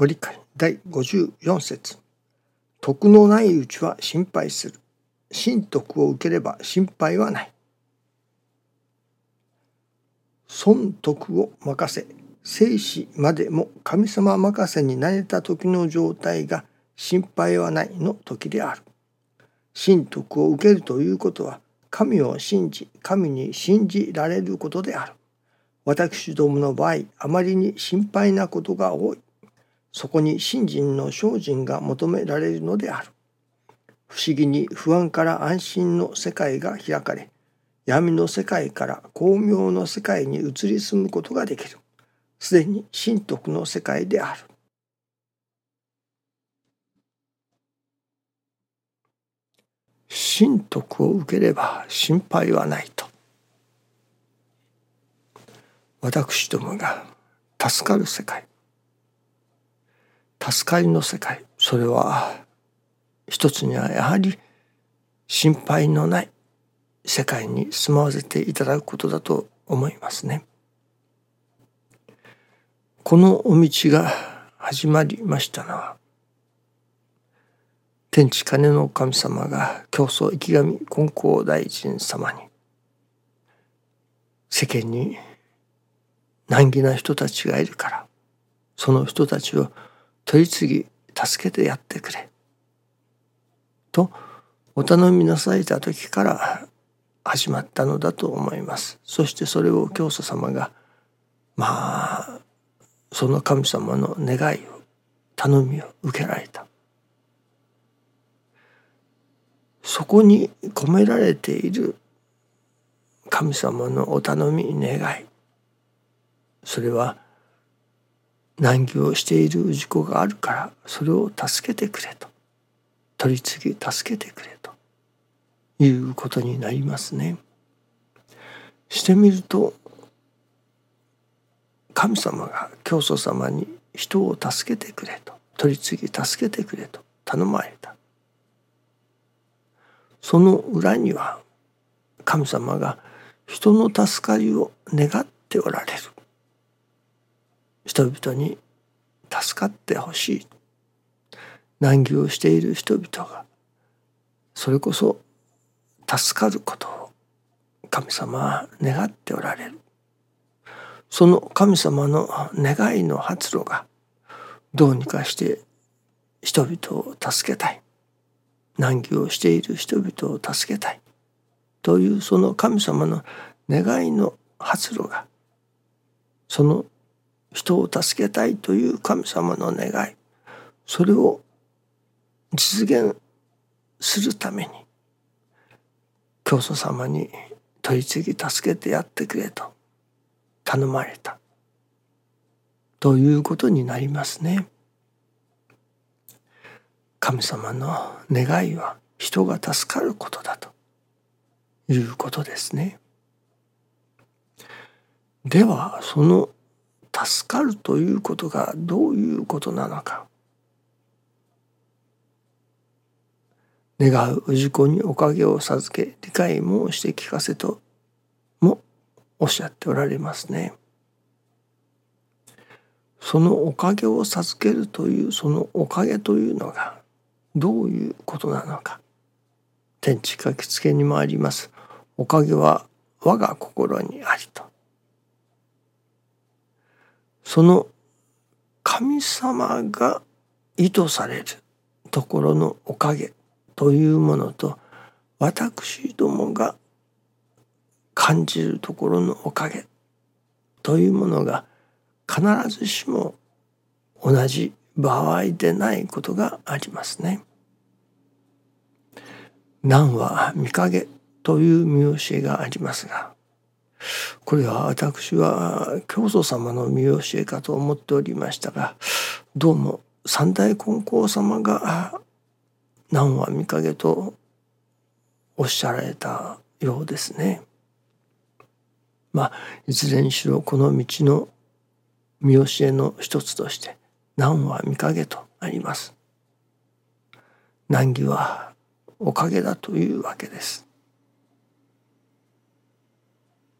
ご理解第54節。徳のないうちは心配する。真徳を受ければ心配はない。損徳を任せ、生死までも神様任せになれた時の状態が心配はないの時である。真徳を受けるということは、神を信じ、神に信じられることである。私どもの場合、あまりに心配なことが多い。そこに信心の精進が求められるのである。不思議に不安から安心の世界が開かれ、闇の世界から光明の世界に移り住むことができる。すでに真徳の世界である。真徳を受ければ心配はないと。私どもが助かる世界、助かりの世界、それは一つにはやはり心配のない世界に住まわせていただくことだと思いますね。このお道が始まりましたのは、天地金の神様が教祖池上金光大臣様に、世間に難儀な人たちがいるから、その人たちを取り次ぎ助けてやってくれとお頼みなされた時から始まったのだと思います。そしてそれを教祖様がその神様の願いを頼みを受けられた。そこに込められている神様のお頼み願い、それは難儀をしている氏子があるからそれを助けてくれと、取り次ぎ助けてくれということになりますね。してみると、神様が教祖様に人を助けてくれと、取り次ぎ助けてくれと頼まれた。その裏には神様が人の助かりを願っておられる。人々に助かってほしい。難儀をしている人々がそれこそ助かることを神様は願っておられる。その神様の願いの発露がどうにかして人々を助けたい。難儀をしている人々を助けたいというその神様の願いの発露が、その人を助けたいという神様の願い、それを実現するために教祖様に取り次ぎ助けてやってくれと頼まれたということになりますね。神様の願いは人が助かることだということですね。ではその助かるということがどういうことなのか。願う氏子におかげを授け、理解もして聞かせともおっしゃっておられますね。そのおかげを授けるというそのおかげというのがどういうことなのか。天地書きつけにもあります。おかげは我が心にありと。その神様が意図されるところのおかげというものと、私どもが感じるところのおかげというものが必ずしも同じ場合でないことがありますね。難は御影という見教えがありますが、これは私は教祖様の見教えかと思っておりましたが、どうも三代金光様が難は御影とおっしゃられたようですね。いずれにしろこの道の見教えの一つとして難は御影とあります。難儀はおかげだというわけです。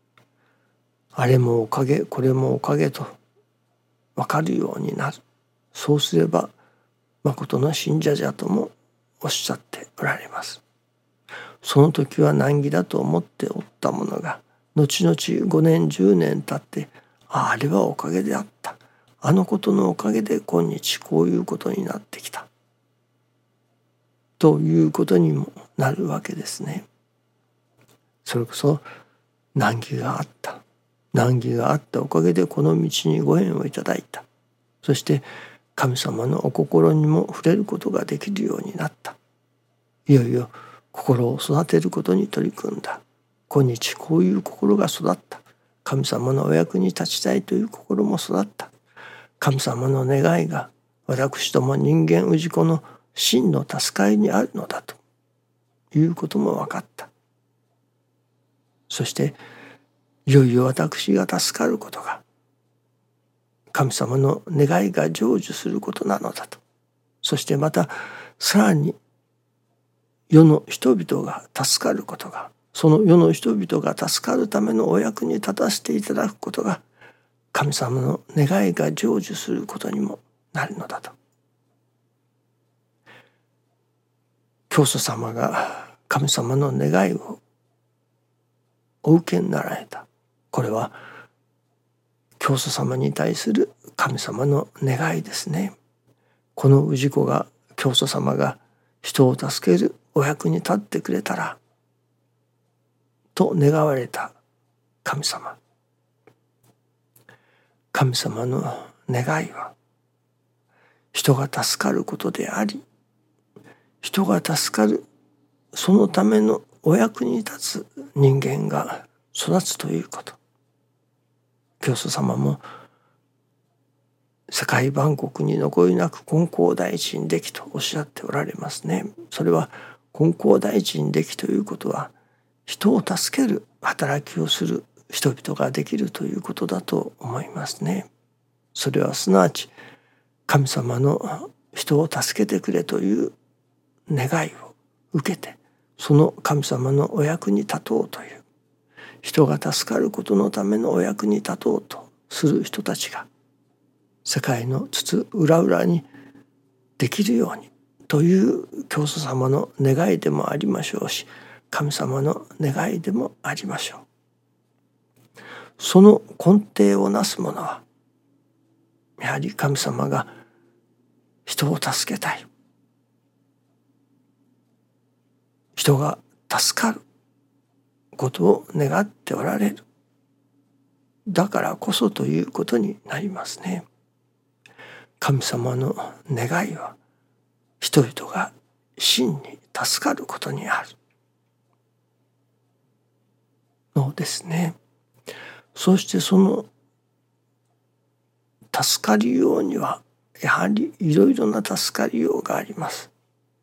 あれもおかげ、これもおかげと分かるようになる。 そうすれば誠の信者じゃともおっしゃっておられます。その時は難儀だと思っておったものが、後々5年10年経って、あれはおかげであった、あのことのおかげで今日こういうことになってきたということにもなるわけですね。それこそ難儀があった、難儀があったおかげでこの道にご縁をいただいた、そして神様のお心にも触れることができるようになった、いよいよ心を育てることに取り組んだ、今日こういう心が育った、神様のお役に立ちたいという心も育った、神様の願いが私ども人間氏子の真の助かりにあるのだということも分かった。そしていよいよ私が助かることが神様の願いが成就することなのだと、そしてまたさらに世の人々が助かることが、その世の人々が助かるためのお役に立たせていただくことが神様の願いが成就することにもなるのだと。教祖様が神様の願いをお受けになられた、これは教祖様に対する神様の願いですね。この氏子が、教祖様が人を助けるお役に立ってくれたらと願われた神様。神様の願いは人が助かることであり、人が助かるそのためのお役に立つ人間が育つということ。教祖様も世界万国に残りなく金光大臣できとおっしゃっておられますね。それは金光大臣できということは、人を助ける働きをする人々ができるということだと思いますね。それはすなわち神様の人を助けてくれという願いを受けて、その神様のお役に立とうという、人が助かることのためのお役に立とうとする人たちが世界のつつ裏裏にできるようにという教祖様の願いでもありましょうし、神様の願いでもありましょう。その根底をなすものはやはり神様が人を助けたい、人が助かることを願っておられる、だからこそということになりますね。神様の願いは人々が真に助かることにあるのですね。そしてその助かりようにはやはりいろいろな助かりようがあります。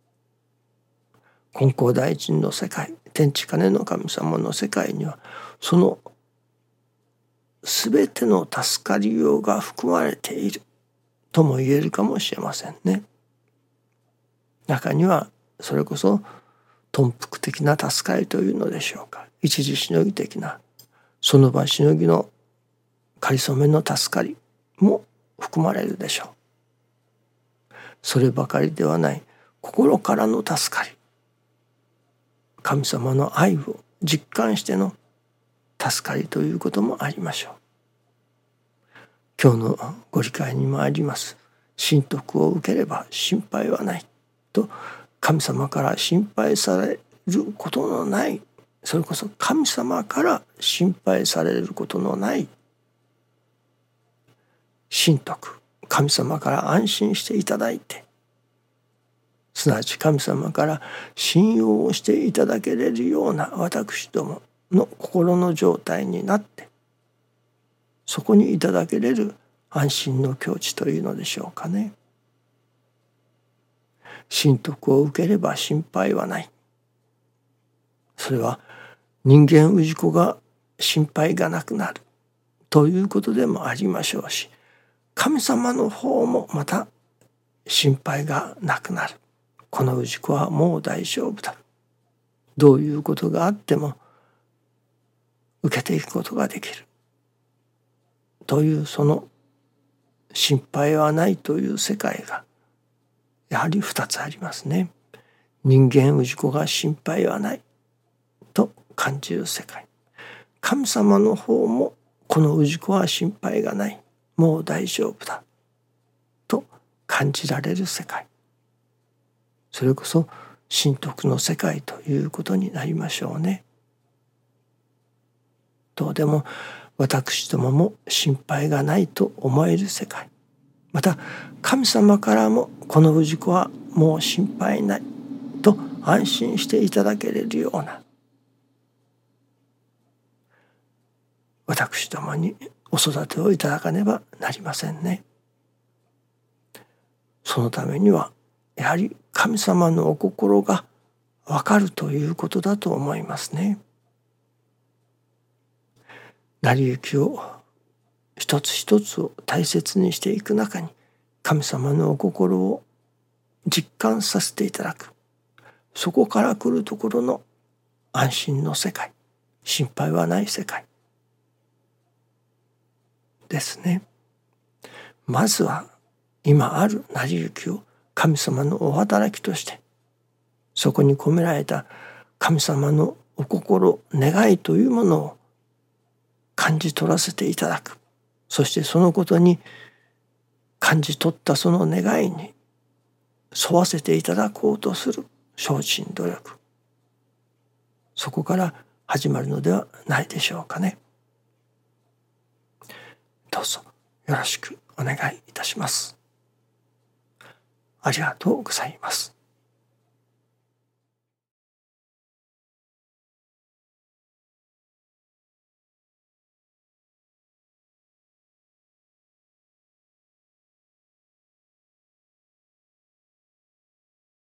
金光大臣の世界、天地金の神様の世界にはそのすべての助かりようが含まれているとも言えるかもしれませんね。中にはそれこそ頓服的な助かりというのでしょうか、一時しのぎ的なその場しのぎのかりそめの助かりも含まれるでしょう。そればかりではない心からの助かり、神様の愛を実感しての助かりということもありましょう。今日のご理解にもあります、神徳を受ければ心配はないと、神様から心配されることのない、それこそ神様から心配されることのない神徳、神様から安心していただいて、すなわち神様から信用をしていただけれるような私どもの心の状態になって、そこにいただけれる安心の境地というのでしょうかね。神徳を受ければ心配はない。それは人間氏子が心配がなくなるということでもありましょうし、神様の方もまた心配がなくなる。この氏子はもう大丈夫だ。どういうことがあっても受けていくことができる。というその心配はないという世界がやはり2つありますね。人間氏子が心配はないと感じる世界。神様の方もこの氏子は心配がない、もう大丈夫だと感じられる世界。それこそ神徳の世界ということになりましょうね。どうでも私どもも心配がないと思える世界。また神様からもこの氏子はもう心配ないと安心していただけれるような、私どもにお育てをいただかねばなりませんね。そのためにはやはり神様のお心がわかるということだと思いますね。成り行きを一つ一つを大切にしていく中に神様のお心を実感させていただく。そこから来るところの安心の世界、心配はない世界ですね。まずは今ある成り行きを神様のお働きとして、そこに込められた神様のお心、願いというものを感じ取らせていただく。そしてそのことに感じ取ったその願いに沿わせていただこうとする精進努力。そこから始まるのではないでしょうかね。どうぞよろしくお願いいたします。ありがとうございます。